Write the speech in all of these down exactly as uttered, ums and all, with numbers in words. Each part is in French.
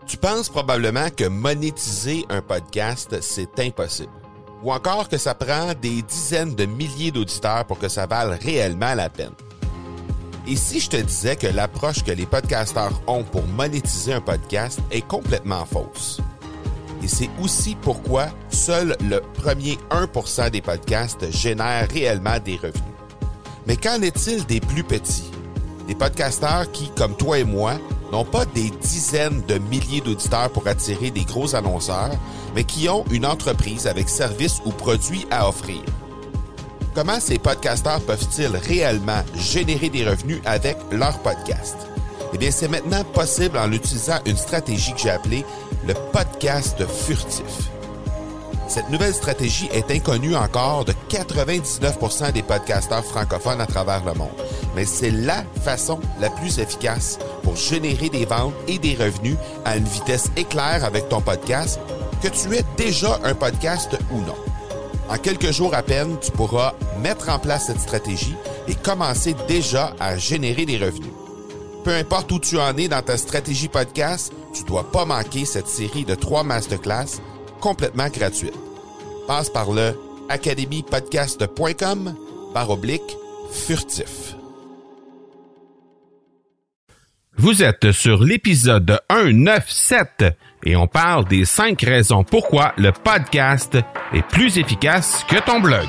Tu penses probablement que monétiser un podcast, c'est impossible. Ou encore que ça prend des dizaines de milliers d'auditeurs pour que ça vale réellement la peine. Et si je te disais que l'approche que les podcasteurs ont pour monétiser un podcast est complètement fausse? Et c'est aussi pourquoi seul le premier un pour cent des podcasts génèrent réellement des revenus. Mais qu'en est-il des plus petits? Des podcasteurs qui, comme toi et moi, n'ont pas des dizaines de milliers d'auditeurs pour attirer des gros annonceurs, mais qui ont une entreprise avec services ou produits à offrir. Comment ces podcasteurs peuvent-ils réellement générer des revenus avec leur podcast? Eh bien, c'est maintenant possible en utilisant une stratégie que j'ai appelée le podcast furtif. Cette nouvelle stratégie est inconnue encore de quatre-vingt-dix-neuf pour cent des podcasteurs francophones à travers le monde. Mais c'est la façon la plus efficace pour générer des ventes et des revenus à une vitesse éclair avec ton podcast, que tu aies déjà un podcast ou non. En quelques jours à peine, tu pourras mettre en place cette stratégie et commencer déjà à générer des revenus. Peu importe où tu en es dans ta stratégie podcast, tu ne dois pas manquer cette série de trois masterclass complètement gratuite. Passe par le academy podcast point com barre oblique furtif. Vous êtes sur l'épisode cent quatre-vingt-dix-sept et on parle des cinq raisons pourquoi le podcast est plus efficace que ton blog.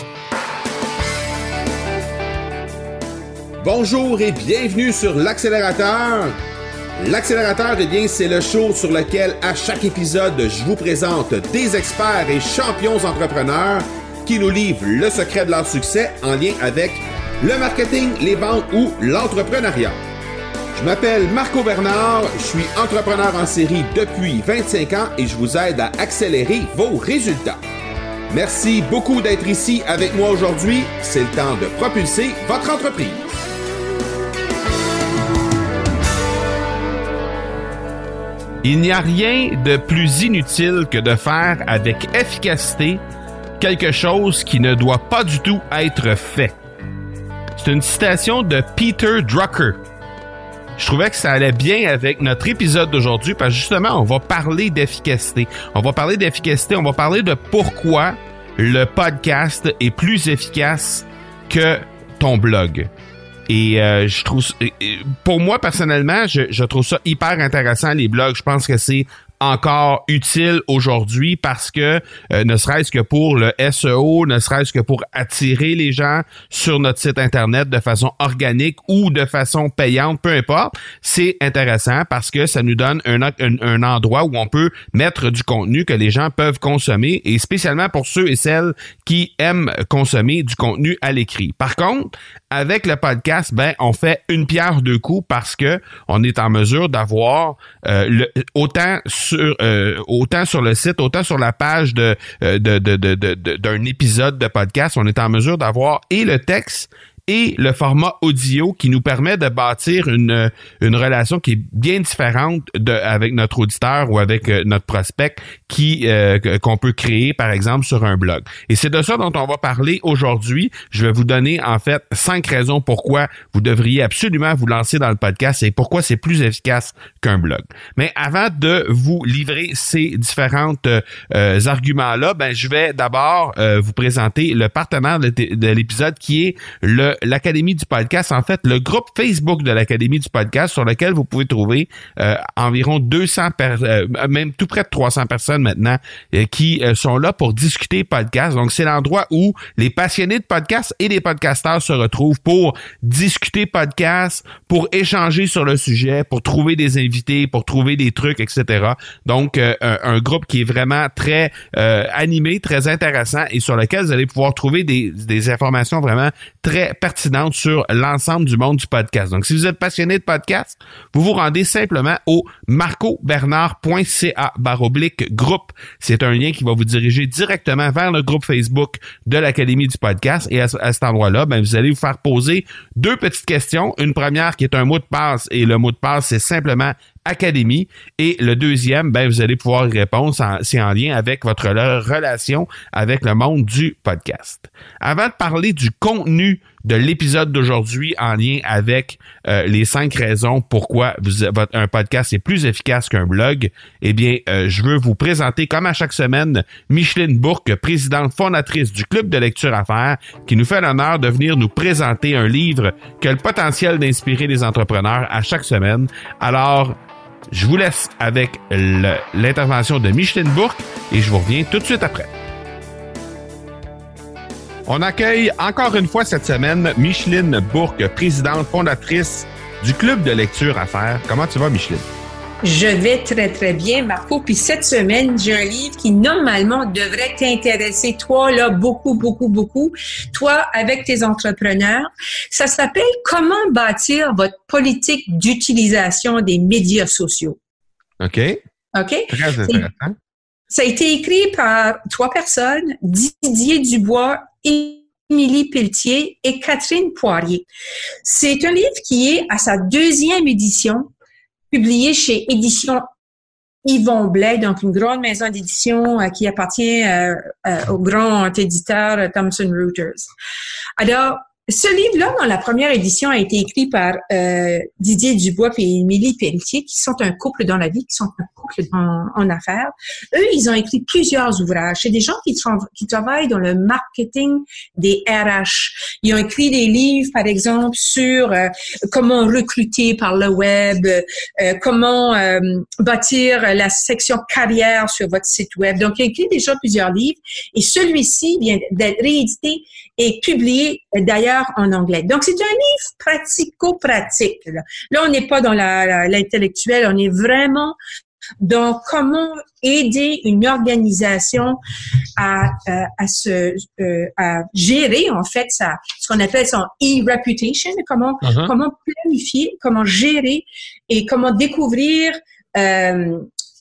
Bonjour et bienvenue sur l'Accélérateur. L'Accélérateur, eh bien, c'est le show sur lequel, à chaque épisode, je vous présente des experts et champions entrepreneurs qui nous livrent le secret de leur succès en lien avec le marketing, les ventes ou l'entrepreneuriat. Je m'appelle Marco Bernard, je suis entrepreneur en série depuis vingt-cinq ans et je vous aide à accélérer vos résultats. Merci beaucoup d'être ici avec moi aujourd'hui. C'est le temps de propulser votre entreprise. Il n'y a rien de plus inutile que de faire avec efficacité quelque chose qui ne doit pas du tout être fait. C'est une citation de Peter Drucker. Je trouvais que ça allait bien avec notre épisode d'aujourd'hui parce que justement, on va parler d'efficacité. On va parler d'efficacité, on va parler de pourquoi le podcast est plus efficace que ton blog. Et euh, je trouve, pour moi personnellement, je, je trouve ça hyper intéressant les blogs. Je pense que c'est encore utile aujourd'hui parce que euh, ne serait-ce que pour le S E O, ne serait-ce que pour attirer les gens sur notre site internet de façon organique ou de façon payante, peu importe, c'est intéressant parce que ça nous donne un, un, un endroit où on peut mettre du contenu que les gens peuvent consommer et spécialement pour ceux et celles qui aiment consommer du contenu à l'écrit. Par contre, avec le podcast, ben on fait une pierre deux coups parce que on est en mesure d'avoir euh, le, autant sur euh, autant sur le site, autant sur la page de, de, de, de, de, de d'un épisode de podcast, on est en mesure d'avoir et le texte et le format audio qui nous permet de bâtir une une relation qui est bien différente de avec notre auditeur ou avec euh, notre prospect qui euh, qu'on peut créer par exemple sur un blog. Et c'est de ça dont on va parler aujourd'hui. Je vais vous donner en fait cinq raisons pourquoi vous devriez absolument vous lancer dans le podcast et pourquoi c'est plus efficace qu'un blog. Mais avant de vous livrer ces différentes euh, arguments là, ben je vais d'abord euh, vous présenter le partenaire de, de l'épisode qui est le l'Académie du podcast, en fait, le groupe Facebook de l'Académie du podcast sur lequel vous pouvez trouver euh, environ deux cents, per, euh, même tout près de trois cents personnes maintenant euh, qui euh, sont là pour discuter podcast. Donc, c'est l'endroit où les passionnés de podcast et les podcasteurs se retrouvent pour discuter podcast, pour échanger sur le sujet, pour trouver des invités, pour trouver des trucs, et cetera. Donc, euh, un, un groupe qui est vraiment très euh, animé, très intéressant et sur lequel vous allez pouvoir trouver des, des informations vraiment très pertinentes sur l'ensemble du monde du podcast. Donc, si vous êtes passionné de podcast, vous vous rendez simplement au marcobernard.ca barre oblique groupe. C'est un lien qui va vous diriger directement vers le groupe Facebook de l'Académie du podcast. Et à, à cet endroit-là, ben, vous allez vous faire poser deux petites questions. Une première qui est un mot de passe et le mot de passe, c'est simplement Académie. Et le deuxième, ben, vous allez pouvoir y répondre, c'est en lien avec votre relation avec le monde du podcast. Avant de parler du contenu de l'épisode d'aujourd'hui en lien avec euh, les cinq raisons pourquoi vous, votre, un podcast est plus efficace qu'un blog, eh bien, euh, je veux vous présenter, comme à chaque semaine, Micheline Bourque, présidente fondatrice du Club de lecture à faire, qui nous fait l'honneur de venir nous présenter un livre qui a le potentiel d'inspirer les entrepreneurs à chaque semaine. Alors, je vous laisse avec le, l'intervention de Micheline Bourque et je vous reviens tout de suite après. On accueille encore une fois cette semaine Micheline Bourque, présidente fondatrice du Club de lecture à faire. Comment tu vas, Micheline? Je vais très, très bien, Marco. Puis cette semaine, j'ai un livre qui, normalement, devrait t'intéresser, toi, là, beaucoup, beaucoup, beaucoup. Toi, avec tes entrepreneurs. Ça s'appelle « Comment bâtir votre politique d'utilisation des médias sociaux ». OK. OK? Très intéressant. Ça a été écrit par trois personnes, Didier Dubois, Émilie Pelletier et Catherine Poirier. C'est un livre qui est à sa deuxième édition, publié chez Éditions Yvon Blais, donc une grande maison d'édition euh, qui appartient euh, euh, au grand éditeur euh, Thomson Reuters. Alors, ce livre-là, dans la première édition, a été écrit par euh, Didier Dubois et Émilie Pelletier, qui sont un couple dans la vie, qui sont un couple en, en affaires. Eux, ils ont écrit plusieurs ouvrages. C'est des gens qui, tra- qui travaillent dans le marketing des R H. Ils ont écrit des livres, par exemple, sur euh, comment recruter par le web, euh, comment euh, bâtir la section carrière sur votre site web. Donc, ils ont écrit déjà plusieurs livres et celui-ci vient d'être réédité et publié d'ailleurs en anglais. Donc, c'est un livre pratico-pratique. Là, là on n'est pas dans la, la, l'intellectuel, on est vraiment dans comment aider une organisation à, à, à se euh, à gérer en fait sa ce qu'on appelle son e-reputation, comment uh-huh. comment planifier, comment gérer et comment découvrir euh,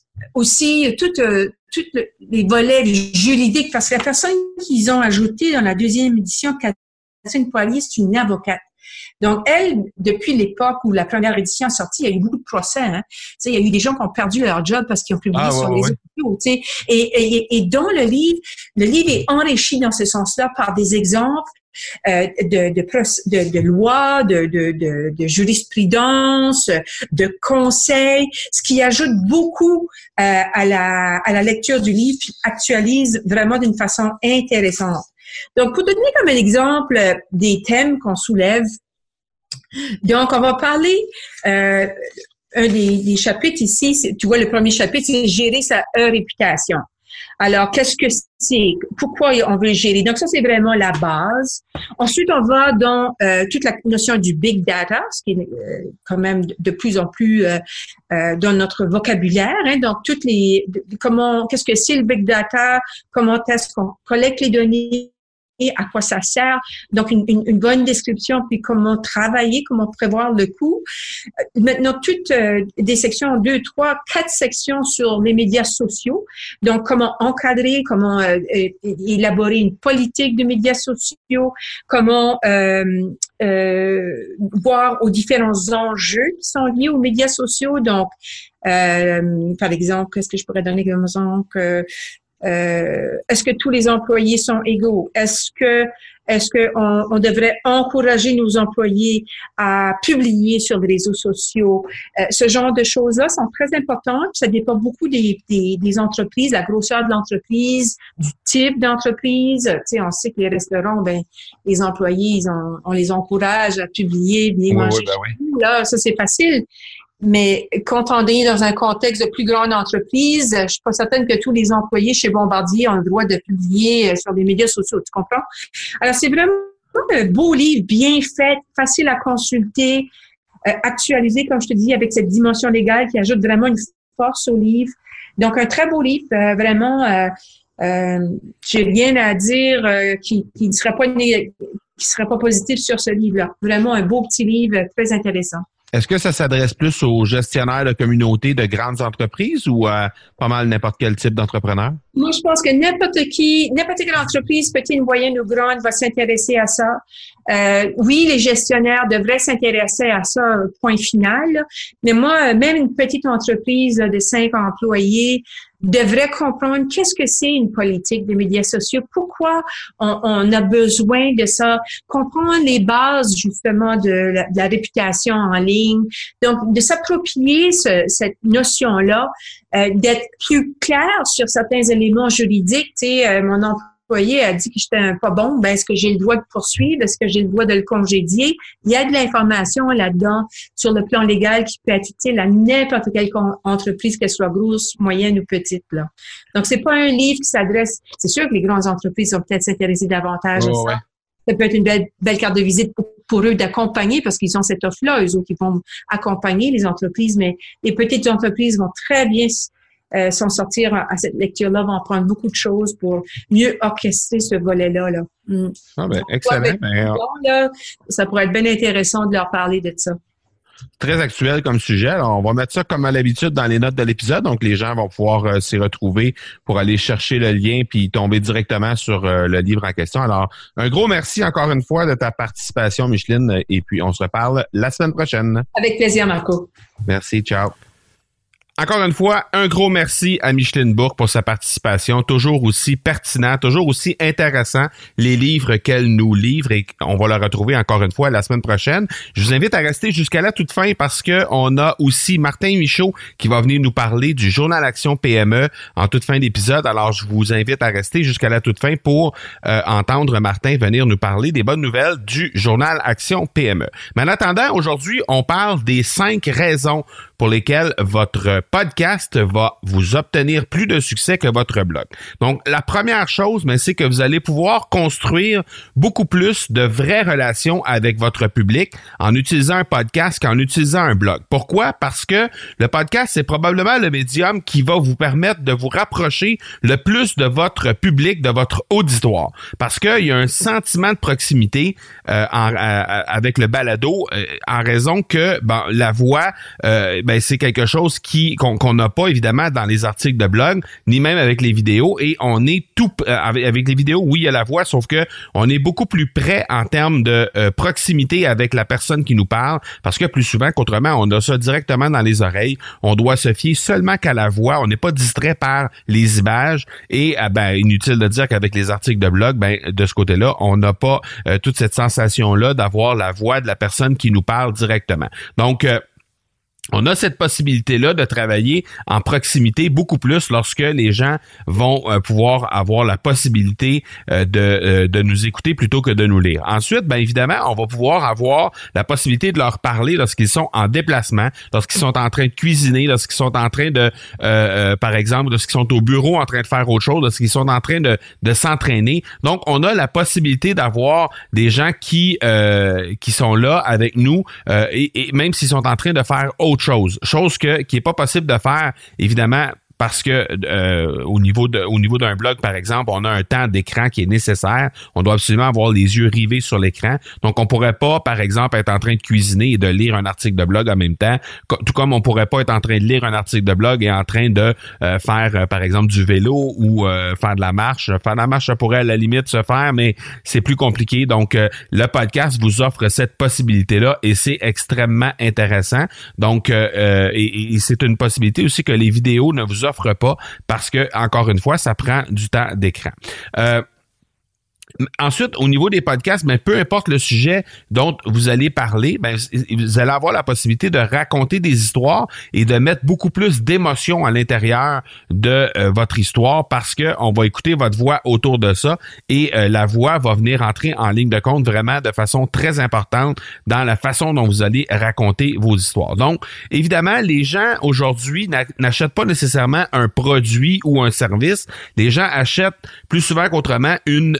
aussi toutes euh, tous les volets juridiques, parce que la personne qu'ils ont ajouté dans la deuxième édition, Catherine Poirier, c'est une avocate. Donc, elle, depuis l'époque où la première édition est sortie, il y a eu beaucoup de procès. Hein. Tu sais, il y a eu des gens qui ont perdu leur job parce qu'ils ont publié ah, sur ouais, les réseaux sociaux. Tu sais. Et, et, et dans le livre, le livre est enrichi dans ce sens-là par des exemples euh, de, de, de, de lois, de, de, de, de jurisprudence, de conseils, ce qui ajoute beaucoup euh, à, la, à la lecture du livre, puis actualise vraiment d'une façon intéressante. Donc, pour te donner comme un exemple des thèmes qu'on soulève, donc, on va parler, euh, un des, des chapitres ici, c'est, tu vois, le premier chapitre, c'est gérer sa réputation. Alors, qu'est-ce que c'est? Pourquoi on veut gérer? Donc, ça, c'est vraiment la base. Ensuite, on va dans euh, toute la notion du big data, ce qui est euh, quand même de plus en plus euh, euh, dans notre vocabulaire. Hein. Donc, toutes les comment, qu'est-ce que c'est le big data? Comment est-ce qu'on collecte les données? À quoi ça sert. Donc, une, une, une bonne description, puis comment travailler, comment prévoir le coût. Maintenant, toutes euh, des sections, deux, trois, quatre sections sur les médias sociaux. Donc, comment encadrer, comment euh, élaborer une politique de médias sociaux, comment euh, euh, voir aux différents enjeux qui sont liés aux médias sociaux. Donc, euh, par exemple, qu'est-ce que je pourrais donner comme exemple? Euh, Euh, est-ce que tous les employés sont égaux? Est-ce que est-ce que on, on devrait encourager nos employés à publier sur les réseaux sociaux? Euh, ce genre de choses-là sont très importantes. Ça dépend beaucoup des, des, des entreprises, la grosseur de l'entreprise, du type d'entreprise. Tu sais, on sait que les restaurants, ben, les employés, ils ont, on les encourage à publier, bien oui, manger. Oui, ben oui. Là, ça c'est facile. Mais quand on est dans un contexte de plus grande entreprise, je suis pas certaine que tous les employés chez Bombardier ont le droit de publier sur les médias sociaux, tu comprends? Alors, c'est vraiment un beau livre, bien fait, facile à consulter, euh, actualisé, comme je te dis, avec cette dimension légale qui ajoute vraiment une force au livre. Donc, un très beau livre, euh, vraiment, euh, euh, j'ai rien à dire euh, qui, qui ne serait pas né- qui serait pas positif sur ce livre-là. Vraiment un beau petit livre, très intéressant. Est-ce que ça s'adresse plus aux gestionnaires de communautés de grandes entreprises ou à pas mal n'importe quel type d'entrepreneur? Moi, je pense que n'importe qui, n'importe quelle entreprise, petite, moyenne ou grande, va s'intéresser à ça. Euh, oui, les gestionnaires devraient s'intéresser à ça, point final. Là. Mais moi, même une petite entreprise là, de cinq employés devrait comprendre qu'est-ce que c'est une politique des médias sociaux, pourquoi on, on a besoin de ça, comprendre les bases justement de la, de la réputation en ligne. Donc, de s'approprier ce, cette notion-là, euh, d'être plus clair sur certains éléments juridiques. Tu sais, euh, mon employé a dit que j'étais pas bon, ben est-ce que j'ai le droit de poursuivre, est-ce que j'ai le droit de le congédier? Il y a de l'information là-dedans sur le plan légal qui peut être utile à n'importe quelle entreprise, qu'elle soit grosse, moyenne ou petite. Là. Donc, c'est pas un livre qui s'adresse... C'est sûr que les grandes entreprises vont peut-être s'intéresser davantage oh, à ça. Ouais. Ça peut être une belle, belle carte de visite pour, pour eux d'accompagner parce qu'ils ont cette offre-là, eux autres qui vont accompagner les entreprises, mais les petites entreprises vont très bien euh, s'en sortir à, à cette lecture-là, vont prendre beaucoup de choses pour mieux orchestrer ce volet-là. Là. Mm. Ah ben, excellent. Ouais, ben, là, ça pourrait être bien intéressant de leur parler de ça. Très actuel comme sujet. Alors, on va mettre ça comme à l'habitude dans les notes de l'épisode. Donc, les gens vont pouvoir euh, s'y retrouver pour aller chercher le lien puis tomber directement sur euh, le livre en question. Alors, un gros merci encore une fois de ta participation, Micheline. Et puis, on se reparle la semaine prochaine. Avec plaisir, Marco. Merci. Ciao. Encore une fois, un gros merci à Micheline Bourque pour sa participation, toujours aussi pertinent, toujours aussi intéressant, les livres qu'elle nous livre et on va la retrouver encore une fois la semaine prochaine. Je vous invite à rester jusqu'à la toute fin parce que on a aussi Martin Michaud qui va venir nous parler du Journal Action P M E en toute fin d'épisode. Alors, je vous invite à rester jusqu'à la toute fin pour euh, entendre Martin venir nous parler des bonnes nouvelles du Journal Action P M E. Mais en attendant, aujourd'hui, on parle des cinq raisons pour lesquelles votre podcast va vous obtenir plus de succès que votre blog. Donc, la première chose, mais c'est que vous allez pouvoir construire beaucoup plus de vraies relations avec votre public en utilisant un podcast qu'en utilisant un blog. Pourquoi? Parce que le podcast, c'est probablement le médium qui va vous permettre de vous rapprocher le plus de votre public, de votre auditoire. Parce qu'il y a un sentiment de proximité euh, en, euh, avec le balado euh, en raison que bon, la voix, euh, ben, c'est quelque chose qui qu'on qu'on n'a pas évidemment dans les articles de blog, ni même avec les vidéos. Et on est tout euh, avec, avec les vidéos, oui, il y a la voix, sauf que on est beaucoup plus près en termes de euh, proximité avec la personne qui nous parle, parce que plus souvent qu'autrement, on a ça directement dans les oreilles. On doit se fier seulement qu'à la voix. On n'est pas distrait par les images. Et euh, ben inutile de dire qu'avec les articles de blog, ben de ce côté-là, on n'a pas euh, toute cette sensation-là d'avoir la voix de la personne qui nous parle directement. Donc euh, on a cette possibilité-là de travailler en proximité beaucoup plus lorsque les gens vont euh, pouvoir avoir la possibilité euh, de, euh, de nous écouter plutôt que de nous lire. Ensuite, bien évidemment, on va pouvoir avoir la possibilité de leur parler lorsqu'ils sont en déplacement, lorsqu'ils sont en train de cuisiner, lorsqu'ils sont en train de, euh, euh, par exemple, lorsqu'ils sont au bureau en train de faire autre chose, lorsqu'ils sont en train de, de s'entraîner. Donc, on a la possibilité d'avoir des gens qui, euh, qui sont là avec nous euh, et, et même s'ils sont en train de faire autre chose, chose que qui est pas possible de faire évidemment parce que euh, au niveau de au niveau d'un blog par exemple, on a un temps d'écran qui est nécessaire, on doit absolument avoir les yeux rivés sur l'écran. Donc on pourrait pas par exemple être en train de cuisiner et de lire un article de blog en même temps, tout comme on pourrait pas être en train de lire un article de blog et en train de euh, faire euh, par exemple du vélo ou euh, faire de la marche. Faire de la marche ça pourrait à la limite se faire, mais c'est plus compliqué. Donc euh, le podcast vous offre cette possibilité là et c'est extrêmement intéressant. Donc euh, et, et c'est une possibilité aussi que les vidéos ne vous offrent pas parce que, encore une fois, ça prend du temps d'écran. Euh, Ensuite, au niveau des podcasts, ben, peu importe le sujet dont vous allez parler, ben, vous allez avoir la possibilité de raconter des histoires et de mettre beaucoup plus d'émotion à l'intérieur de euh, votre histoire parce que on va écouter votre voix autour de ça et euh, la voix va venir entrer en ligne de compte vraiment de façon très importante dans la façon dont vous allez raconter vos histoires. Donc, évidemment, les gens aujourd'hui n'achètent pas nécessairement un produit ou un service. Les gens achètent plus souvent qu'autrement une euh,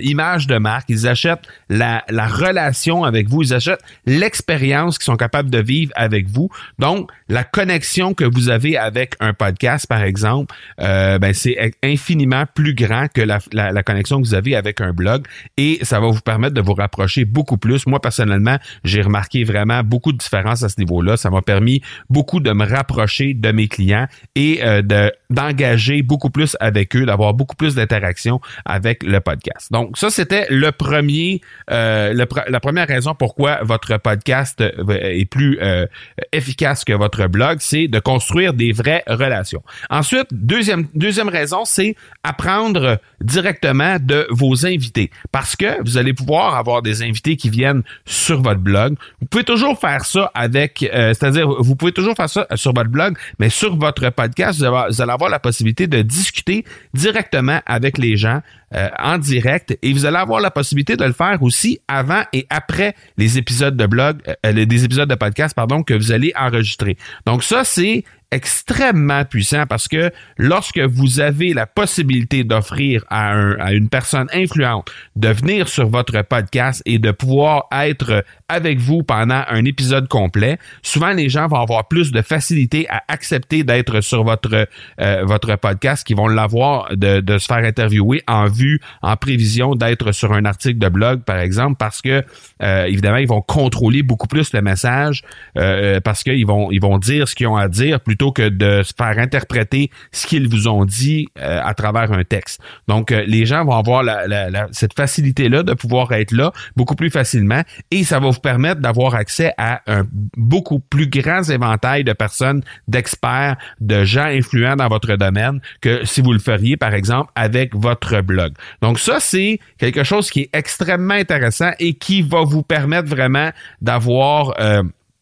image de marque, ils achètent la, la relation avec vous, ils achètent l'expérience qu'ils sont capables de vivre avec vous. Donc, la connexion que vous avez avec un podcast, par exemple, euh, ben c'est infiniment plus grand que la, la, la connexion que vous avez avec un blog et ça va vous permettre de vous rapprocher beaucoup plus. Moi, personnellement, j'ai remarqué vraiment beaucoup de différences à ce niveau-là. Ça m'a permis beaucoup de me rapprocher de mes clients et euh, de d'engager beaucoup plus avec eux, d'avoir beaucoup plus d'interaction avec le podcast. Donc, ça, c'était le premier, euh, le, la première raison pourquoi votre podcast est plus euh, efficace que votre blog, c'est de construire des vraies relations. Ensuite, deuxième, deuxième raison, c'est apprendre directement de vos invités parce que vous allez pouvoir avoir des invités qui viennent sur votre blog. Vous pouvez toujours faire ça avec, euh, c'est-à-dire, vous pouvez toujours faire ça sur votre blog, mais sur votre podcast, vous allez, vous allez avoir la possibilité de discuter directement avec les gens euh, en direct et vous allez avoir la possibilité de le faire aussi avant et après les épisodes de blog, euh, les, des épisodes de podcast, pardon, que vous allez enregistrer. Donc ça, c'est extrêmement puissant parce que lorsque vous avez la possibilité d'offrir à, un, à une personne influente de venir sur votre podcast et de pouvoir être avec vous pendant un épisode complet, souvent les gens vont avoir plus de facilité à accepter d'être sur votre euh, votre podcast, qui vont l'avoir de, de se faire interviewer en vue, en prévision d'être sur un article de blog, par exemple, parce que euh, évidemment, ils vont contrôler beaucoup plus le message euh, parce qu'ils vont ils vont dire ce qu'ils ont à dire plutôt que de se faire interpréter ce qu'ils vous ont dit euh, à travers un texte. Donc, euh, les gens vont avoir la, la, la, cette facilité-là de pouvoir être là beaucoup plus facilement et ça va vous permettre d'avoir accès à un beaucoup plus grand éventail de personnes, d'experts, de gens influents dans votre domaine que si vous le feriez, par exemple, avec votre blog. Donc, ça, c'est quelque chose qui est extrêmement intéressant et qui va vous permettre vraiment d'avoir... Euh,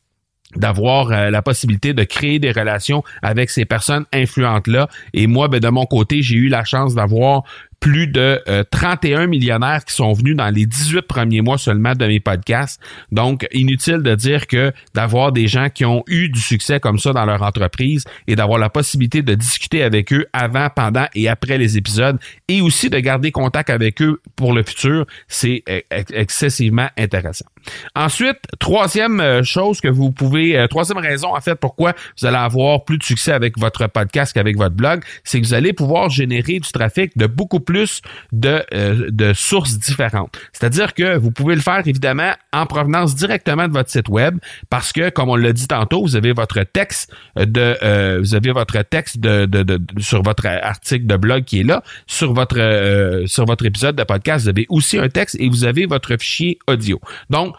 d'avoir euh, la possibilité de créer des relations avec ces personnes influentes-là. Et moi, ben, de mon côté, j'ai eu la chance d'avoir plus de euh, trente et un millionnaires qui sont venus dans les dix-huit premiers mois seulement de mes podcasts. Donc, inutile de dire que d'avoir des gens qui ont eu du succès comme ça dans leur entreprise et d'avoir la possibilité de discuter avec eux avant, pendant et après les épisodes et aussi de garder contact avec eux pour le futur, c'est ex- excessivement intéressant. Ensuite, troisième chose que vous pouvez, euh, troisième raison en fait pourquoi vous allez avoir plus de succès avec votre podcast qu'avec votre blog, c'est que vous allez pouvoir générer du trafic de beaucoup plus plus de, euh, de sources différentes. C'est-à-dire que vous pouvez le faire évidemment en provenance directement de votre site web parce que, comme on l'a dit tantôt, vous avez votre texte de euh, vous avez votre texte de, de, de, de sur votre article de blog qui est là. Sur votre euh, sur votre épisode de podcast, vous avez aussi un texte et vous avez votre fichier audio. Donc,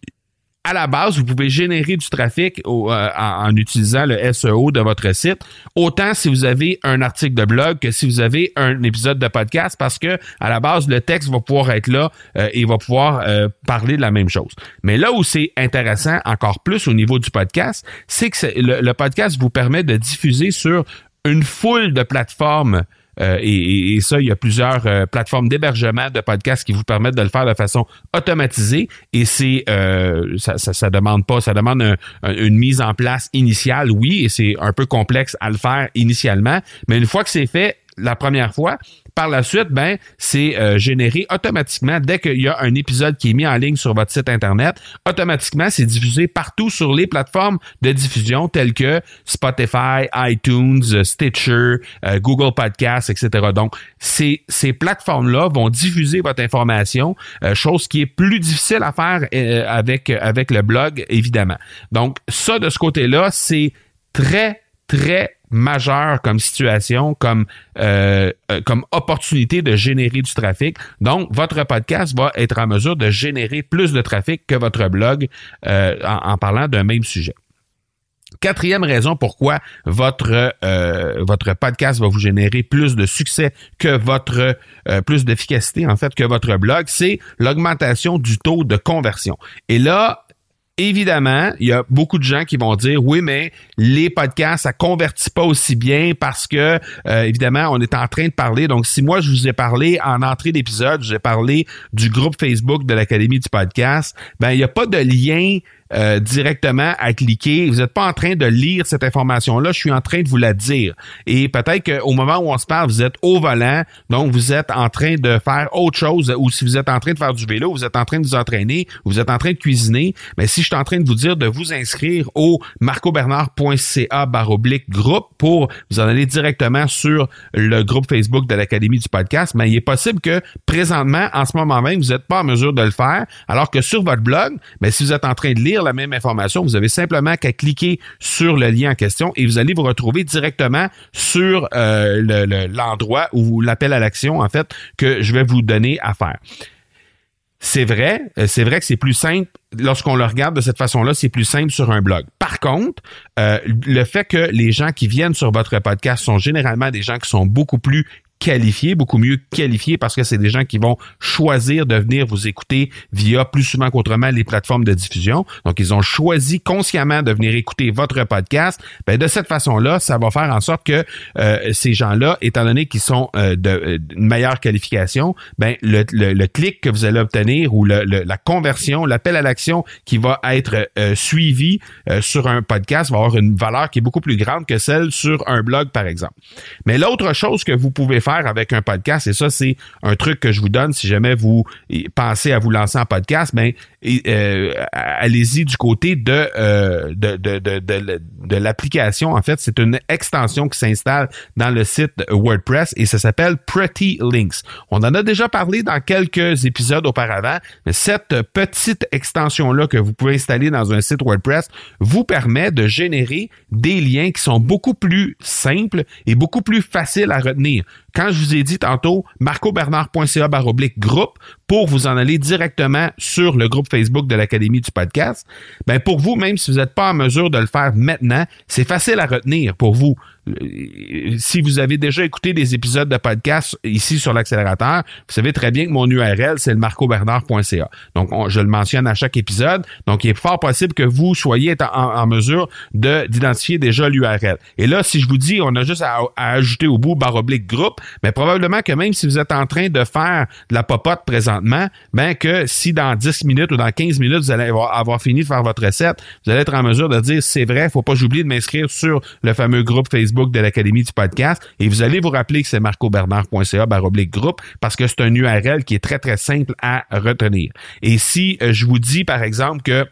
à la base, vous pouvez générer du trafic au, euh, en, en utilisant le S E O de votre site, autant si vous avez un article de blog que si vous avez un épisode de podcast, parce que à la base, le texte va pouvoir être là euh, et va pouvoir euh, parler de la même chose. Mais là où c'est intéressant encore plus au niveau du podcast, c'est que c'est, le, le podcast vous permet de diffuser sur une foule de plateformes. Euh, et, et, et ça, il y a plusieurs euh, plateformes d'hébergement de podcasts qui vous permettent de le faire de façon automatisée. Et c'est euh, ça, ça, ça demande pas, ça demande un, un, une mise en place initiale, oui, et c'est un peu complexe à le faire initialement. Mais une fois que c'est fait, la première fois, par la suite, ben, c'est euh, généré automatiquement dès qu'il y a un épisode qui est mis en ligne sur votre site Internet. Automatiquement, c'est diffusé partout sur les plateformes de diffusion telles que Spotify, iTunes, Stitcher, euh, Google Podcasts, et cetera. Donc, ces, ces plateformes-là vont diffuser votre information, euh, chose qui est plus difficile à faire euh, avec, avec le blog, évidemment. Donc, ça, de ce côté-là, c'est très, très majeur comme situation, comme euh, comme opportunité de générer du trafic. Donc, votre podcast va être en mesure de générer plus de trafic que votre blog euh, en, en parlant d'un même sujet. Quatrième raison pourquoi votre euh, votre podcast va vous générer plus de succès que votre euh, plus d'efficacité en fait que votre blog, c'est l'augmentation du taux de conversion. Et là, évidemment, il y a beaucoup de gens qui vont dire oui, mais les podcasts, ça convertit pas aussi bien parce que, euh, évidemment, on est en train de parler. Donc, si moi, je vous ai parlé en entrée d'épisode, je vous ai parlé du groupe Facebook de l'Académie du podcast, ben, il n'y a pas de lien euh, directement à cliquer. Vous n'êtes pas en train de lire cette information-là. Je suis en train de vous la dire. Et peut-être qu'au moment où on se parle, vous êtes au volant, donc vous êtes en train de faire autre chose, ou si vous êtes en train de faire du vélo, vous êtes en train de vous entraîner, vous êtes en train de cuisiner. Mais si je suis en train de vous dire de vous inscrire au marcobernard.ca barre oblique groupe pour vous en aller directement sur le groupe Facebook de l'Académie du podcast, mais il est possible que présentement, en ce moment même, vous n'êtes pas en mesure de le faire, alors que sur votre blog, mais si vous êtes en train de lire la même information, vous avez simplement qu'à cliquer sur le lien en question et vous allez vous retrouver directement sur euh, le, le, l'endroit où l'appel à l'action, en fait, que je vais vous donner à faire. C'est vrai, c'est vrai que c'est plus simple, lorsqu'on le regarde de cette façon-là, c'est plus simple sur un blog. Par contre, euh, le fait que les gens qui viennent sur votre podcast sont généralement des gens qui sont beaucoup plus qualifiés, beaucoup mieux qualifiés parce que c'est des gens qui vont choisir de venir vous écouter via plus souvent qu'autrement les plateformes de diffusion. Donc, ils ont choisi consciemment de venir écouter votre podcast. Ben, de cette façon-là, ça va faire en sorte que euh, ces gens-là, étant donné qu'ils sont euh, de, d'une meilleure qualification, ben le, le, le clic que vous allez obtenir ou le, le, la conversion, l'appel à l'action qui va être euh, suivi euh, sur un podcast va avoir une valeur qui est beaucoup plus grande que celle sur un blog, par exemple. Mais l'autre chose que vous pouvez faire avec un podcast, et ça, c'est un truc que je vous donne si jamais vous pensez à vous lancer en podcast, ben, euh, allez-y du côté de, euh, de, de, de, de, de l'application. En fait, c'est une extension qui s'installe dans le site WordPress et ça s'appelle Pretty Links. On en a déjà parlé dans quelques épisodes auparavant, mais cette petite extension-là que vous pouvez installer dans un site WordPress vous permet de générer des liens qui sont beaucoup plus simples et beaucoup plus faciles à retenir. Quand je vous ai dit tantôt, marcobernard.ca barre oblique groupe pour vous en aller directement sur le groupe Facebook de l'Académie du podcast, ben pour vous, même si vous n'êtes pas en mesure de le faire maintenant, c'est facile à retenir pour vous. Si vous avez déjà écouté des épisodes de podcast ici sur l'accélérateur, vous savez très bien que mon U R L, c'est le marcobernard.ca. Donc, on, je le mentionne à chaque épisode. Donc, il est fort possible que vous soyez en, en mesure de, d'identifier déjà l'U R L. Et là, si je vous dis, on a juste à, à ajouter au bout barre oblique groupe, mais probablement que même si vous êtes en train de faire de la popote présentement, ben que si dans dix minutes ou dans quinze minutes, vous allez avoir, avoir fini de faire votre recette, vous allez être en mesure de dire, c'est vrai, faut pas que j'oublie de m'inscrire sur le fameux groupe Facebook de l'Académie du podcast et vous allez vous rappeler que c'est marcobernard.ca barre oblique groupe parce que c'est un U R L qui est très, très simple à retenir. Et si euh, je vous dis, par exemple, que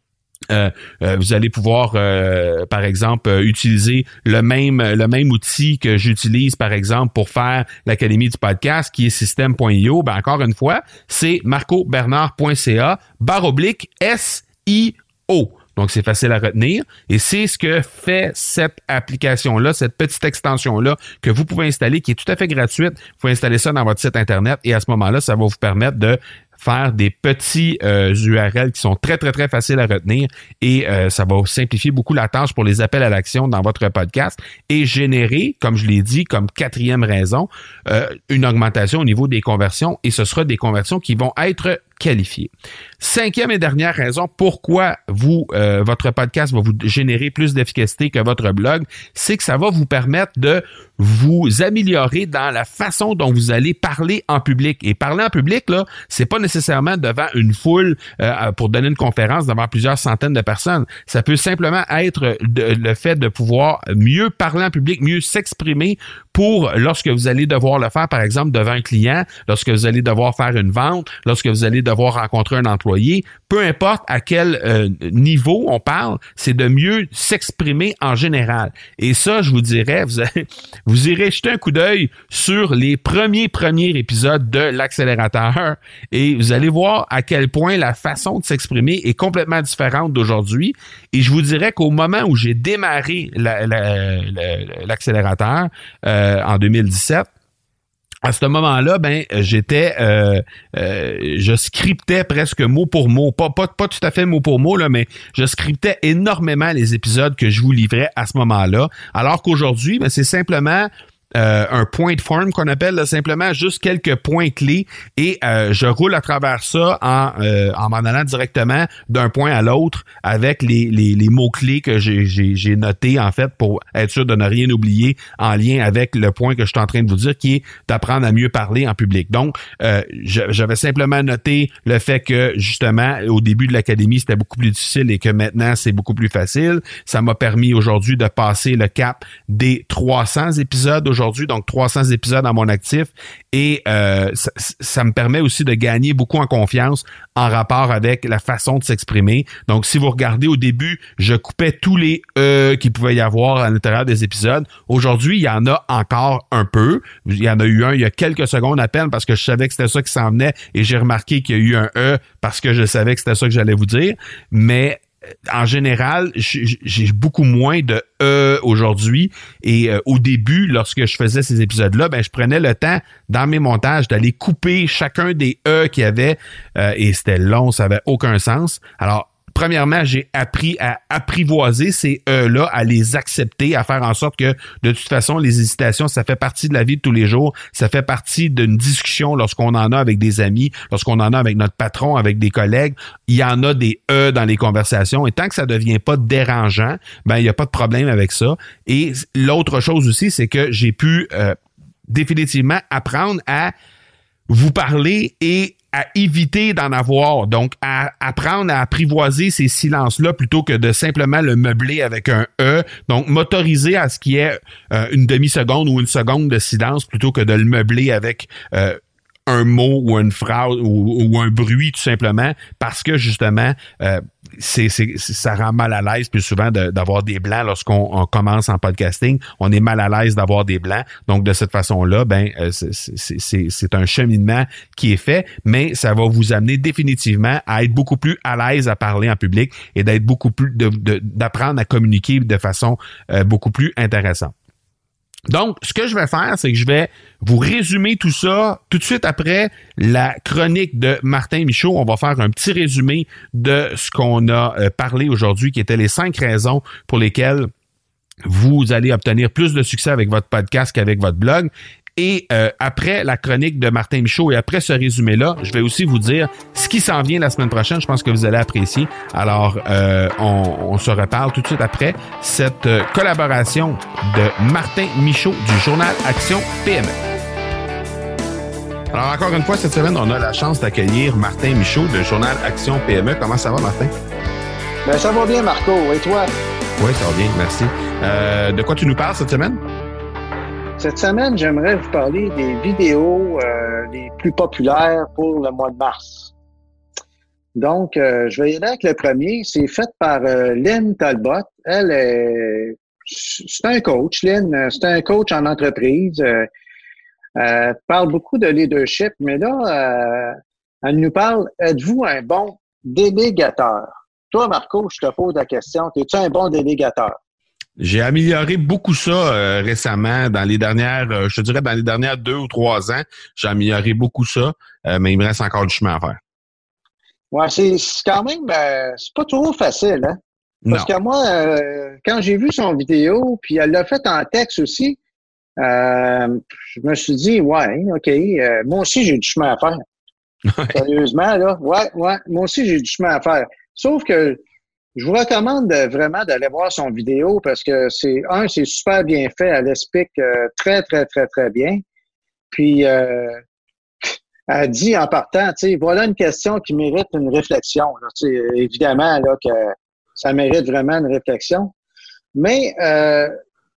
Euh, euh, vous allez pouvoir, euh, par exemple, euh, utiliser le même le même outil que j'utilise, par exemple, pour faire l'Académie du podcast, qui est système point i o. Ben, encore une fois, c'est marcobernard.ca barre oblique S I O. Donc, c'est facile à retenir. Et c'est ce que fait cette application-là, cette petite extension-là que vous pouvez installer, qui est tout à fait gratuite. Vous pouvez installer ça dans votre site Internet et à ce moment-là, ça va vous permettre de faire des petits euh, U R L qui sont très, très, très faciles à retenir et euh, ça va simplifier beaucoup la tâche pour les appels à l'action dans votre podcast et générer, comme je l'ai dit, comme quatrième raison, euh, une augmentation au niveau des conversions et ce sera des conversions qui vont être qualifiées. Cinquième et dernière raison pourquoi vous euh, votre podcast va vous générer plus d'efficacité que votre blog, c'est que ça va vous permettre de vous améliorer dans la façon dont vous allez parler en public. Et parler en public, là, c'est pas nécessairement devant une foule euh, pour donner une conférence devant plusieurs centaines de personnes. Ça peut simplement être de, le fait de pouvoir mieux parler en public, mieux s'exprimer pour lorsque vous allez devoir le faire, par exemple, devant un client, lorsque vous allez devoir faire une vente, lorsque vous allez devoir rencontrer un employé, peu importe à quel euh, niveau on parle, c'est de mieux s'exprimer en général. Et ça, je vous dirais, vous, avez, vous irez jeter un coup d'œil sur les premiers premiers épisodes de l'accélérateur et vous allez voir à quel point la façon de s'exprimer est complètement différente d'aujourd'hui. Et je vous dirais qu'au moment où j'ai démarré la, la, la, l'accélérateur euh, en deux mille dix-sept, à ce moment-là, ben j'étais, euh, euh, je scriptais presque mot pour mot, pas, pas pas tout à fait mot pour mot là, mais je scriptais énormément les épisodes que je vous livrais à ce moment-là. Alors qu'aujourd'hui, ben c'est simplement euh, un point de forme qu'on appelle là, simplement juste quelques points clés et euh, je roule à travers ça en, euh, en m'en allant directement d'un point à l'autre avec les, les, les mots-clés que j'ai, j'ai, j'ai notés en fait pour être sûr de ne rien oublier en lien avec le point que je suis en train de vous dire qui est d'apprendre à mieux parler en public. Donc, euh, je, j'avais simplement noté le fait que justement, au début de l'académie, c'était beaucoup plus difficile et que maintenant, c'est beaucoup plus facile. Ça m'a permis aujourd'hui de passer le cap des trois cents épisodes aujourd'hui, donc trois cents épisodes à mon actif et euh, ça, ça me permet aussi de gagner beaucoup en confiance en rapport avec la façon de s'exprimer. Donc, si vous regardez au début, je coupais tous les « euh » qu'il pouvait y avoir à l'intérieur des épisodes. Aujourd'hui, il y en a encore un peu. Il y en a eu un il y a quelques secondes à peine parce que je savais que c'était ça qui s'en venait et j'ai remarqué qu'il y a eu un « e » parce que je savais que c'était ça que j'allais vous dire. Mais en général, j'ai beaucoup moins de « e » aujourd'hui. Et euh, au début, lorsque je faisais ces épisodes-là, ben je prenais le temps dans mes montages d'aller couper chacun des « e » qu'il y avait euh, et c'était long, ça avait aucun sens. Alors, premièrement, j'ai appris à apprivoiser ces « e » là, à les accepter, à faire en sorte que, de toute façon, les hésitations, ça fait partie de la vie de tous les jours. Ça fait partie d'une discussion lorsqu'on en a avec des amis, lorsqu'on en a avec notre patron, avec des collègues. Il y en a des « e » dans les conversations. Et tant que ça ne devient pas dérangeant, ben il n'y a pas de problème avec ça. Et l'autre chose aussi, c'est que j'ai pu euh, définitivement apprendre à vous parler et à éviter d'en avoir, donc à apprendre à apprivoiser ces silences-là plutôt que de simplement le meubler avec un « e ». Donc, m'autoriser à ce qu'il y ait euh, une demi-seconde ou une seconde de silence plutôt que de le meubler avec euh, un mot ou une phrase ou, ou un bruit tout simplement parce que justement euh, c'est, c'est, ça rend mal à l'aise plus souvent de, d'avoir des blancs lorsqu'on on commence en podcasting. On est mal à l'aise d'avoir des blancs. Donc, de cette façon-là, ben c'est, c'est, c'est, c'est un cheminement qui est fait, mais ça va vous amener définitivement à être beaucoup plus à l'aise à parler en public et d'être beaucoup plus de, de, d'apprendre à communiquer de façon euh, beaucoup plus intéressante. Donc, ce que je vais faire, c'est que je vais vous résumer tout ça tout de suite après la chronique de Martin Michaud. On va faire un petit résumé de ce qu'on a euh, parlé aujourd'hui, qui étaient les cinq raisons pour lesquelles vous allez obtenir plus de succès avec votre podcast qu'avec votre blog. Et euh, après la chronique de Martin Michaud et après ce résumé-là, je vais aussi vous dire ce qui s'en vient la semaine prochaine. Je pense que vous allez apprécier. Alors, euh, on, on se reparle tout de suite après cette euh, collaboration de Martin Michaud du journal Action P M E. Alors, encore une fois, cette semaine, on a la chance d'accueillir Martin Michaud du journal Action P M E. Comment ça va, Martin? Ben, ça va bien, Marco. Et toi? Oui, ça va bien, merci. Euh, de quoi tu nous parles cette semaine? Cette semaine, j'aimerais vous parler des vidéos euh, les plus populaires pour le mois de mars. Donc, euh, je vais y aller avec le premier. C'est fait par euh, Lynn Talbot. Elle est... C'est un coach, Lynn. C'est un coach en entreprise. Euh, elle parle beaucoup de leadership, mais là, euh, elle nous parle, êtes-vous un bon délégateur? Toi, Marco, je te pose la question, es-tu un bon délégateur? J'ai amélioré beaucoup ça euh, récemment, dans les dernières, euh, je te dirais dans les dernières deux ou trois ans, j'ai amélioré beaucoup ça, euh, mais il me reste encore du chemin à faire. Ouais, c'est, c'est quand même, euh, c'est pas toujours facile, hein? Parce non. que moi, euh, quand j'ai vu son vidéo, puis elle l'a fait en texte aussi, euh, je me suis dit, ouais, ok, euh, moi aussi j'ai du chemin à faire. Sérieusement, là, ouais, ouais, moi aussi j'ai du chemin à faire. Sauf que je vous recommande de, vraiment d'aller voir son vidéo parce que c'est, un, c'est super bien fait. Elle explique euh, très, très, très, très bien. Puis, euh, elle dit en partant, tu sais, voilà une question qui mérite une réflexion. Là, tu sais, évidemment, là, que ça mérite vraiment une réflexion. Mais, euh,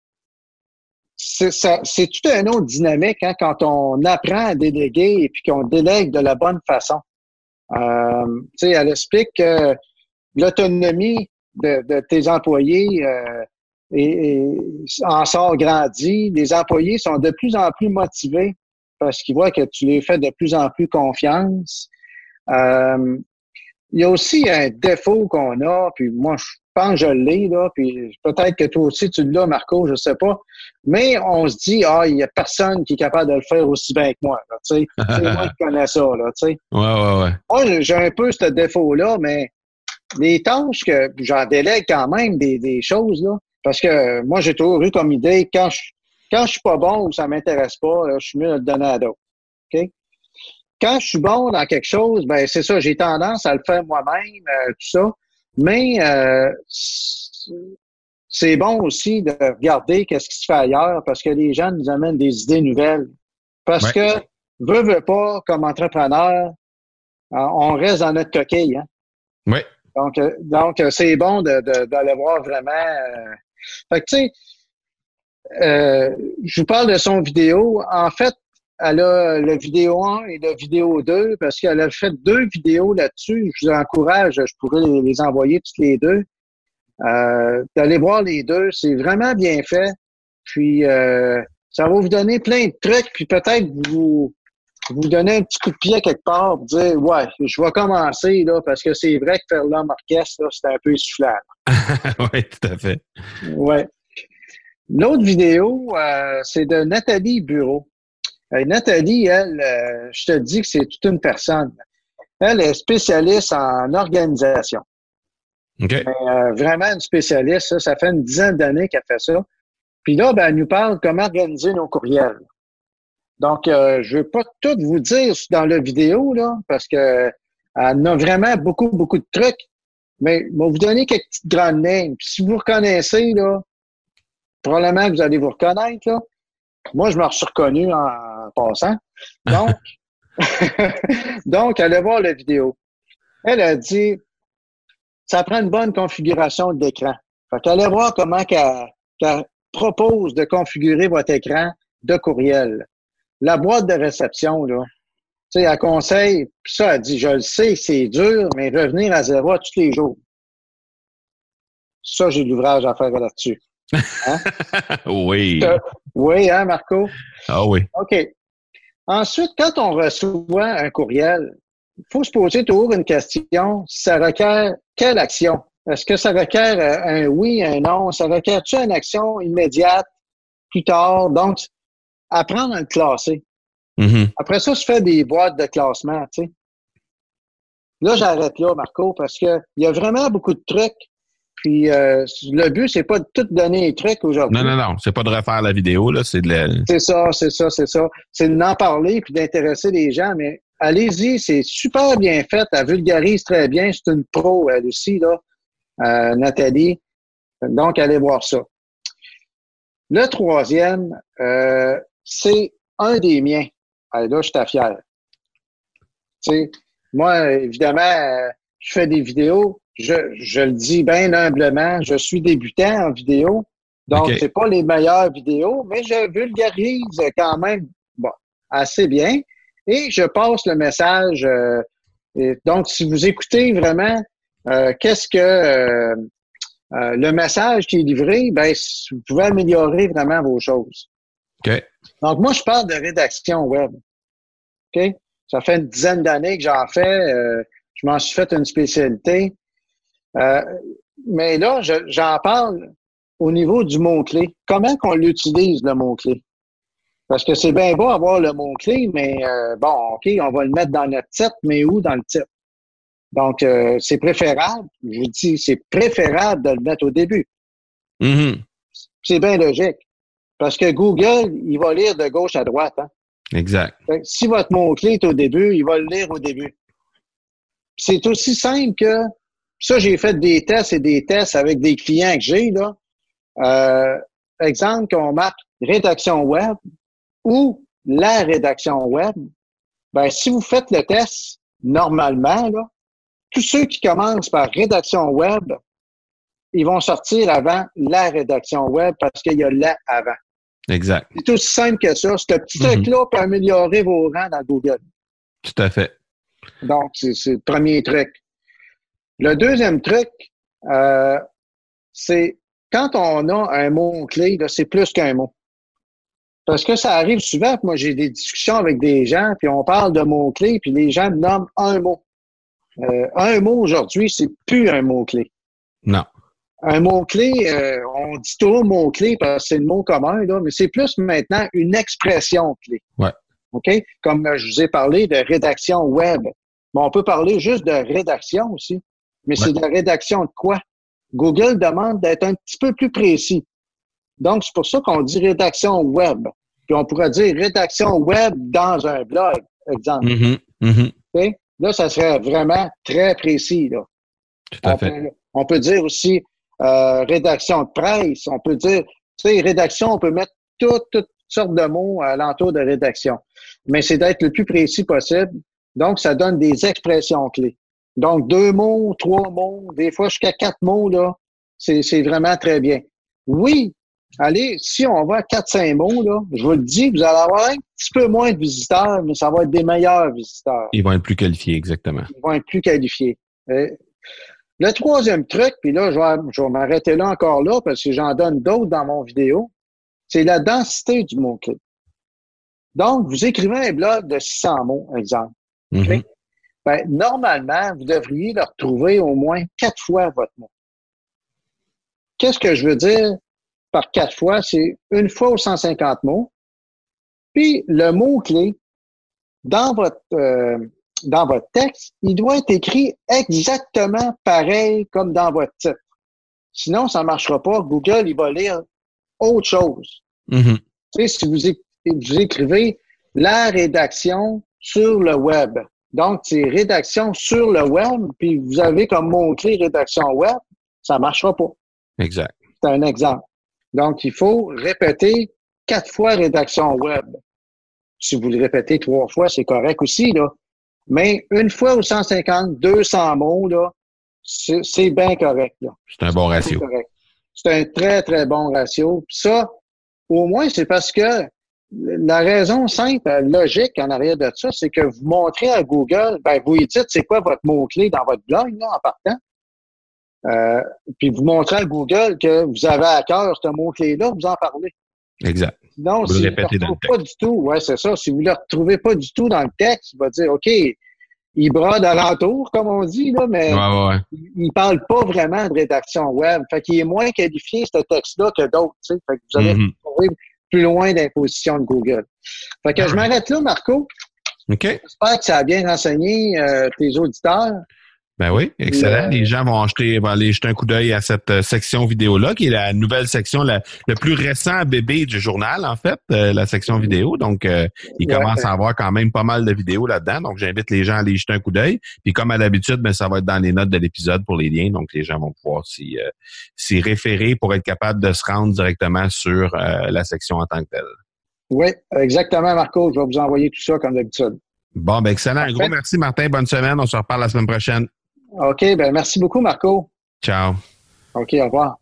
c'est, ça, c'est tout un autre dynamique hein, quand on apprend à déléguer et puis qu'on délègue de la bonne façon. Euh, tu sais, elle explique que l'autonomie de, de tes employés euh, et, et en sort grandi. Les employés sont de plus en plus motivés parce qu'ils voient que tu les fais de plus en plus confiance. Euh, il y a aussi un défaut qu'on a, puis moi, je pense que je l'ai, là, puis peut-être que toi aussi tu l'as, Marco, je sais pas. Mais on se dit, ah, il y a personne qui est capable de le faire aussi bien que moi, là, tu sais. C'est moi qui connais ça, là, tu sais. Ouais, ouais, ouais. Moi, j'ai un peu ce défaut-là, mais les tâches que j'en délègue quand même des, des choses, là, parce que moi, j'ai toujours eu comme idée, quand je, quand je suis pas bon ou ça m'intéresse pas, là, je suis mieux de le donner à d'autres. OK? Quand je suis bon dans quelque chose, ben c'est ça, j'ai tendance à le faire moi-même, euh, tout ça. Mais euh, c'est bon aussi de regarder qu'est-ce qui se fait ailleurs parce que les gens nous amènent des idées nouvelles. Parce ouais. que, veut, veut pas, comme entrepreneur, on reste dans notre coquille. Hein? Oui. Donc, donc c'est bon de, de, d'aller voir vraiment. Euh... Fait que, tu sais, euh, je vous parle de son vidéo. En fait, elle a le vidéo un et le vidéo deux parce qu'elle a fait deux vidéos là-dessus. Je vous encourage, je pourrais les, les envoyer toutes les deux. Euh, d'aller voir les deux, c'est vraiment bien fait. Puis, euh, ça va vous donner plein de trucs, puis peut-être vous vous donner un petit coup de pied quelque part pour dire, ouais, je vais commencer, là, parce que c'est vrai que faire l'homme orchestre, là, c'est un peu essoufflant. Oui, tout à fait. Ouais. L'autre vidéo, euh, c'est de Nathalie Bureau. Euh, Nathalie, elle, euh, je te dis que c'est toute une personne. Elle est spécialiste en organisation. OK. Mais, euh, vraiment une spécialiste, ça, ça fait une dizaine d'années qu'elle fait ça. Puis là, ben, elle nous parle comment organiser nos courriels. Donc, euh, je ne veux pas tout vous dire dans la vidéo, là, parce que elle a vraiment beaucoup, beaucoup de trucs. Mais je vais vous donner quelques petites grandes lignes. Puis si vous reconnaissez, là, probablement que vous allez vous reconnaître, là. Moi, je me suis reconnu en, en passant. Donc, donc, allez voir la vidéo. Elle a dit, ça prend une bonne configuration d'écran. Fait qu'allez voir comment qu'elle, qu'elle propose de configurer votre écran de courriel. La boîte de réception, là, tu sais, elle conseille, puis ça, elle dit, je le sais, c'est dur, mais revenir à zéro tous les jours. Ça, j'ai de l'ouvrage à faire là-dessus. Hein? Oui. Euh, oui, hein, Marco? Ah oui. OK. Ensuite, quand on reçoit un courriel, il faut se poser toujours une question, ça requiert quelle action? Est-ce que ça requiert un oui, un non? Ça requiert-tu une action immédiate, plus tard? Donc, apprendre à le classer. Mm-hmm. Après ça, je fais des boîtes de classement, tu sais. Là, j'arrête là, Marco, parce que il y a vraiment beaucoup de trucs. Puis euh, le but, c'est pas de tout donner les trucs aujourd'hui. Non, non, non. C'est pas de refaire la vidéo, là. C'est de la... C'est ça, c'est ça, c'est ça. C'est d'en parler puis d'intéresser les gens, mais allez-y, c'est super bien fait. Elle vulgarise très bien. C'est une pro, elle aussi, là, euh, Nathalie. Donc, allez voir ça. Le troisième, euh, c'est un des miens. Allez, là, je suis fier. Tu sais, moi, évidemment, euh, je fais des vidéos. Je, je le dis bien humblement, je suis débutant en vidéo. Donc, okay. c'est pas les meilleures vidéos, mais je vulgarise quand même bon, assez bien. Et je passe le message. Euh, et donc, si vous écoutez vraiment euh, qu'est-ce que euh, euh, le message qui est livré, ben, vous pouvez améliorer vraiment vos choses. Okay. Donc, moi, je parle de rédaction web. OK? Ça fait une dizaine d'années que j'en fais. Euh, je m'en suis fait une spécialité. Euh, mais là, je, j'en parle au niveau du mot-clé. Comment qu'on l'utilise, le mot-clé? Parce que c'est bien beau avoir le mot-clé, mais euh, bon, OK, on va le mettre dans notre titre, mais où dans le titre? Donc, euh, c'est préférable, je vous dis, c'est préférable de le mettre au début. Mm-hmm. C'est bien logique. Parce que Google, il va lire de gauche à droite. Hein? Exact. Fait que si votre mot-clé est au début, il va le lire au début. C'est aussi simple que ça, j'ai fait des tests et des tests avec des clients que j'ai, là. Euh, exemple, qu'on marque rédaction web ou la rédaction web. Ben, si vous faites le test, normalement, là, tous ceux qui commencent par rédaction web, ils vont sortir avant la rédaction web parce qu'il y a la avant. Exact. C'est aussi simple que ça. Ce petit mm-hmm. truc-là peut améliorer vos rangs dans Google. Tout à fait. Donc, c'est, c'est le premier truc. Le deuxième truc, euh, c'est quand on a un mot-clé, là, c'est plus qu'un mot. Parce que ça arrive souvent, moi j'ai des discussions avec des gens, puis on parle de mots-clés, puis les gens me nomment un mot. Euh, un mot aujourd'hui, c'est plus un mot-clé. Non. Un mot-clé, euh, on dit toujours mot-clé parce que c'est le mot commun, là, mais c'est plus maintenant une expression clé. Ouais. OK? Comme je vous ai parlé de rédaction web. Mais on peut parler juste de rédaction aussi. Mais ouais. C'est de la rédaction de quoi? Google demande d'être un petit peu plus précis. Donc, c'est pour ça qu'on dit rédaction web. Puis on pourrait dire rédaction web dans un blog, exemple. Mm-hmm. Mm-hmm. Okay? Là, ça serait vraiment très précis. Là. Tout à on, fait. peut, on peut dire aussi euh, rédaction de presse. On peut dire, tu sais, rédaction, on peut mettre toutes, toutes sortes de mots à l'entour de rédaction. Mais c'est d'être le plus précis possible. Donc, ça donne des expressions clés. Donc, deux mots, trois mots, des fois jusqu'à quatre mots, là, c'est, c'est vraiment très bien. Oui, allez, si on va à quatre cinq mots, là, je vous le dis, vous allez avoir un petit peu moins de visiteurs, mais ça va être des meilleurs visiteurs. Ils vont être plus qualifiés, exactement. Ils vont être plus qualifiés. Et le troisième truc, puis là, je vais, je vais m'arrêter là encore là, parce que j'en donne d'autres dans mon vidéo, c'est la densité du mot-clé. Donc, vous écrivez un blog de six cents mots, exemple. Mm-hmm. Okay? Ben, normalement, vous devriez le retrouver au moins quatre fois votre mot. Qu'est-ce que je veux dire par quatre fois? C'est une fois aux cent cinquante mots. Puis, le mot-clé, dans votre, euh, dans votre texte, il doit être écrit exactement pareil comme dans votre titre. Sinon, ça ne marchera pas. Google, il va lire autre chose. Mm-hmm. Tu sais, si vous, é- vous écrivez la rédaction sur le web, donc c'est rédaction sur le web, puis vous avez comme mot-clé rédaction web, ça ne marchera pas. Exact. C'est un exemple. Donc, il faut répéter quatre fois rédaction web. Si vous le répétez trois fois, c'est correct aussi, là. Mais une fois aux cent cinquante, deux cents mots, là, c'est, c'est bien correct, là. C'est un bon ratio. C'est correct. C'est un très, très bon ratio. Puis ça, au moins, c'est parce que la raison simple, logique en arrière de ça, c'est que vous montrez à Google, ben, vous lui dites c'est quoi votre mot-clé dans votre blog, là, en partant. Euh, puis vous montrez à Google que vous avez à cœur ce mot-clé-là, vous en parlez. Exact. Non, vous si le vous ne répétez le dans le retrouvez pas du tout, ouais, c'est ça. Si vous ne le retrouvez pas du tout dans le texte, il va dire, OK, il brode alentour, comme on dit, là, mais ouais, ouais, ouais. il ne parle pas vraiment de rédaction web. Fait qu'il est moins qualifié, ce texte-là, que d'autres, tu sais. Fait que vous allez Mm-hmm. vous trouver plus loin d'imposition de Google. Fait que je m'arrête là, Marco. OK. J'espère que ça a bien renseigné euh, tes auditeurs. Ben oui, excellent. Euh, Les gens vont acheter, vont aller jeter un coup d'œil à cette euh, section vidéo-là, qui est la nouvelle section, la, le plus récent bébé du journal, en fait, euh, la section vidéo. Donc, euh, il Ouais. commence à avoir quand même pas mal de vidéos là-dedans. Donc, j'invite les gens à aller jeter un coup d'œil. Puis, comme à l'habitude, ben, ça va être dans les notes de l'épisode pour les liens. Donc, les gens vont pouvoir s'y, euh, s'y référer pour être capable de se rendre directement sur euh, la section en tant que telle. Oui, exactement, Marco. Je vais vous envoyer tout ça comme d'habitude. Bon, ben excellent. Un Parfait. gros merci, Martin. Bonne semaine. On se reparle la semaine prochaine. OK, ben merci beaucoup, Marco. Ciao. OK, au revoir.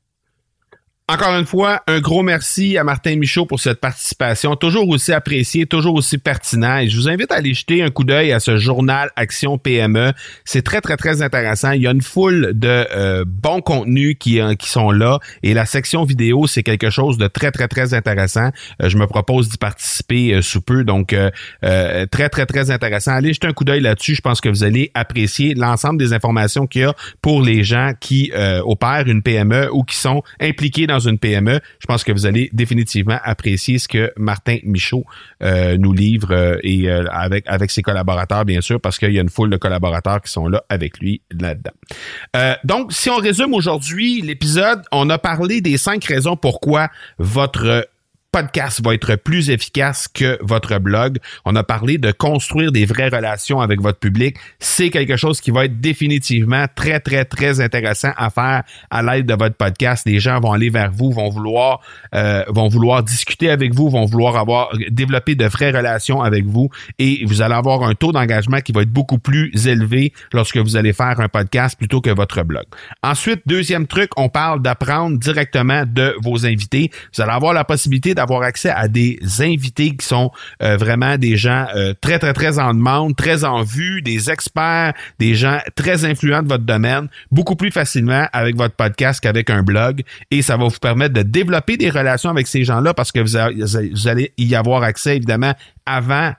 Encore une fois, un gros merci à Martin Michaud pour cette participation, toujours aussi apprécié, toujours aussi pertinent. Et je vous invite à aller jeter un coup d'œil à ce journal Action P M E. C'est très, très, très intéressant. Il y a une foule de euh, bons contenus qui, euh, qui sont là. Et la section vidéo, c'est quelque chose de très, très, très intéressant. Euh, je me propose d'y participer euh, sous peu. Donc, euh, euh, très, très, très intéressant. Allez jeter un coup d'œil là-dessus. Je pense que vous allez apprécier l'ensemble des informations qu'il y a pour les gens qui euh, opèrent une P M E ou qui sont impliqués dans une P M E. Je pense que vous allez définitivement apprécier ce que Martin Michaud euh, nous livre euh, et euh, avec avec ses collaborateurs, bien sûr, parce qu'il y a une foule de collaborateurs qui sont là avec lui là-dedans. Euh, donc, si on résume aujourd'hui l'épisode, on a parlé des cinq raisons pourquoi votre podcast va être plus efficace que votre blog. On a parlé de construire des vraies relations avec votre public. C'est quelque chose qui va être définitivement très, très, très intéressant à faire à l'aide de votre podcast. Les gens vont aller vers vous, vont vouloir euh, vont vouloir discuter avec vous, vont vouloir avoir développer de vraies relations avec vous et vous allez avoir un taux d'engagement qui va être beaucoup plus élevé lorsque vous allez faire un podcast plutôt que votre blog. Ensuite, deuxième truc, on parle d'apprendre directement de vos invités. Vous allez avoir la possibilité d'avoir accès à des invités qui sont euh, vraiment des gens euh, très, très, très en demande, très en vue, des experts, des gens très influents de votre domaine, beaucoup plus facilement avec votre podcast qu'avec un blog. Et ça va vous permettre de développer des relations avec ces gens-là parce que vous, a, vous allez y avoir accès, évidemment, avant,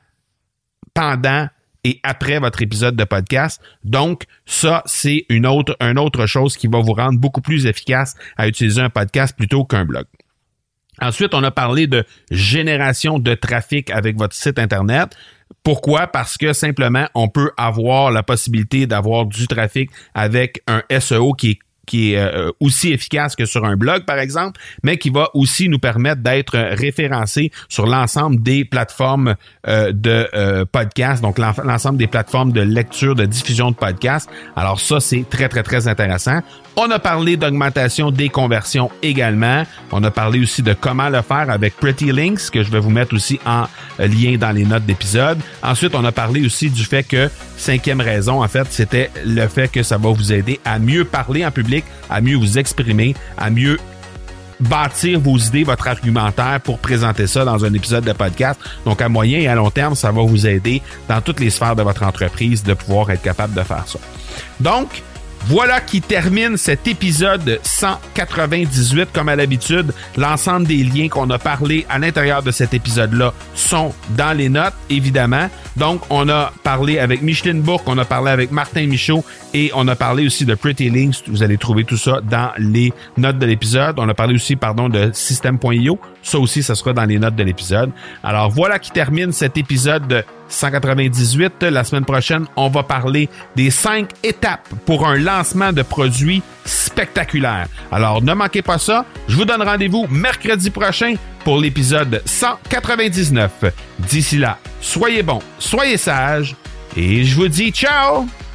pendant et après votre épisode de podcast. Donc, ça, c'est une autre, une autre chose qui va vous rendre beaucoup plus efficace à utiliser un podcast plutôt qu'un blog. Ensuite, on a parlé de génération de trafic avec votre site Internet. Pourquoi? Parce que simplement, on peut avoir la possibilité d'avoir du trafic avec un S E O qui est qui est euh, aussi efficace que sur un blog, par exemple, mais qui va aussi nous permettre d'être référencés sur l'ensemble des plateformes euh, de euh, podcasts, donc l'ensemble des plateformes de lecture, de diffusion de podcasts. Alors ça, c'est très, très, très intéressant. On a parlé d'augmentation des conversions également. On a parlé aussi de comment le faire avec Pretty Links, que je vais vous mettre aussi en lien dans les notes d'épisode. Ensuite, on a parlé aussi du fait que, cinquième raison, en fait, c'était le fait que ça va vous aider à mieux parler en public, à mieux vous exprimer, à mieux bâtir vos idées, votre argumentaire pour présenter ça dans un épisode de podcast. Donc, à moyen et à long terme, ça va vous aider dans toutes les sphères de votre entreprise de pouvoir être capable de faire ça. Donc, voilà qui termine cet épisode cent quatre-vingt-dix-huit. Comme à l'habitude, l'ensemble des liens qu'on a parlé à l'intérieur de cet épisode-là sont dans les notes, évidemment. Donc, on a parlé avec Micheline Bourque, on a parlé avec Martin Michaud et on a parlé aussi de Pretty Links. Vous allez trouver tout ça dans les notes de l'épisode. On a parlé aussi, pardon, de System point i o. Ça aussi, ça sera dans les notes de l'épisode. Alors, voilà qui termine cet épisode cent quatre-vingt-dix-huit. La semaine prochaine, on va parler des cinq étapes pour un lancement de produits spectaculaire. Alors, ne manquez pas ça. Je vous donne rendez-vous mercredi prochain pour l'épisode cent quatre-vingt-dix-neuf. D'ici là, soyez bons, soyez sages et je vous dis ciao!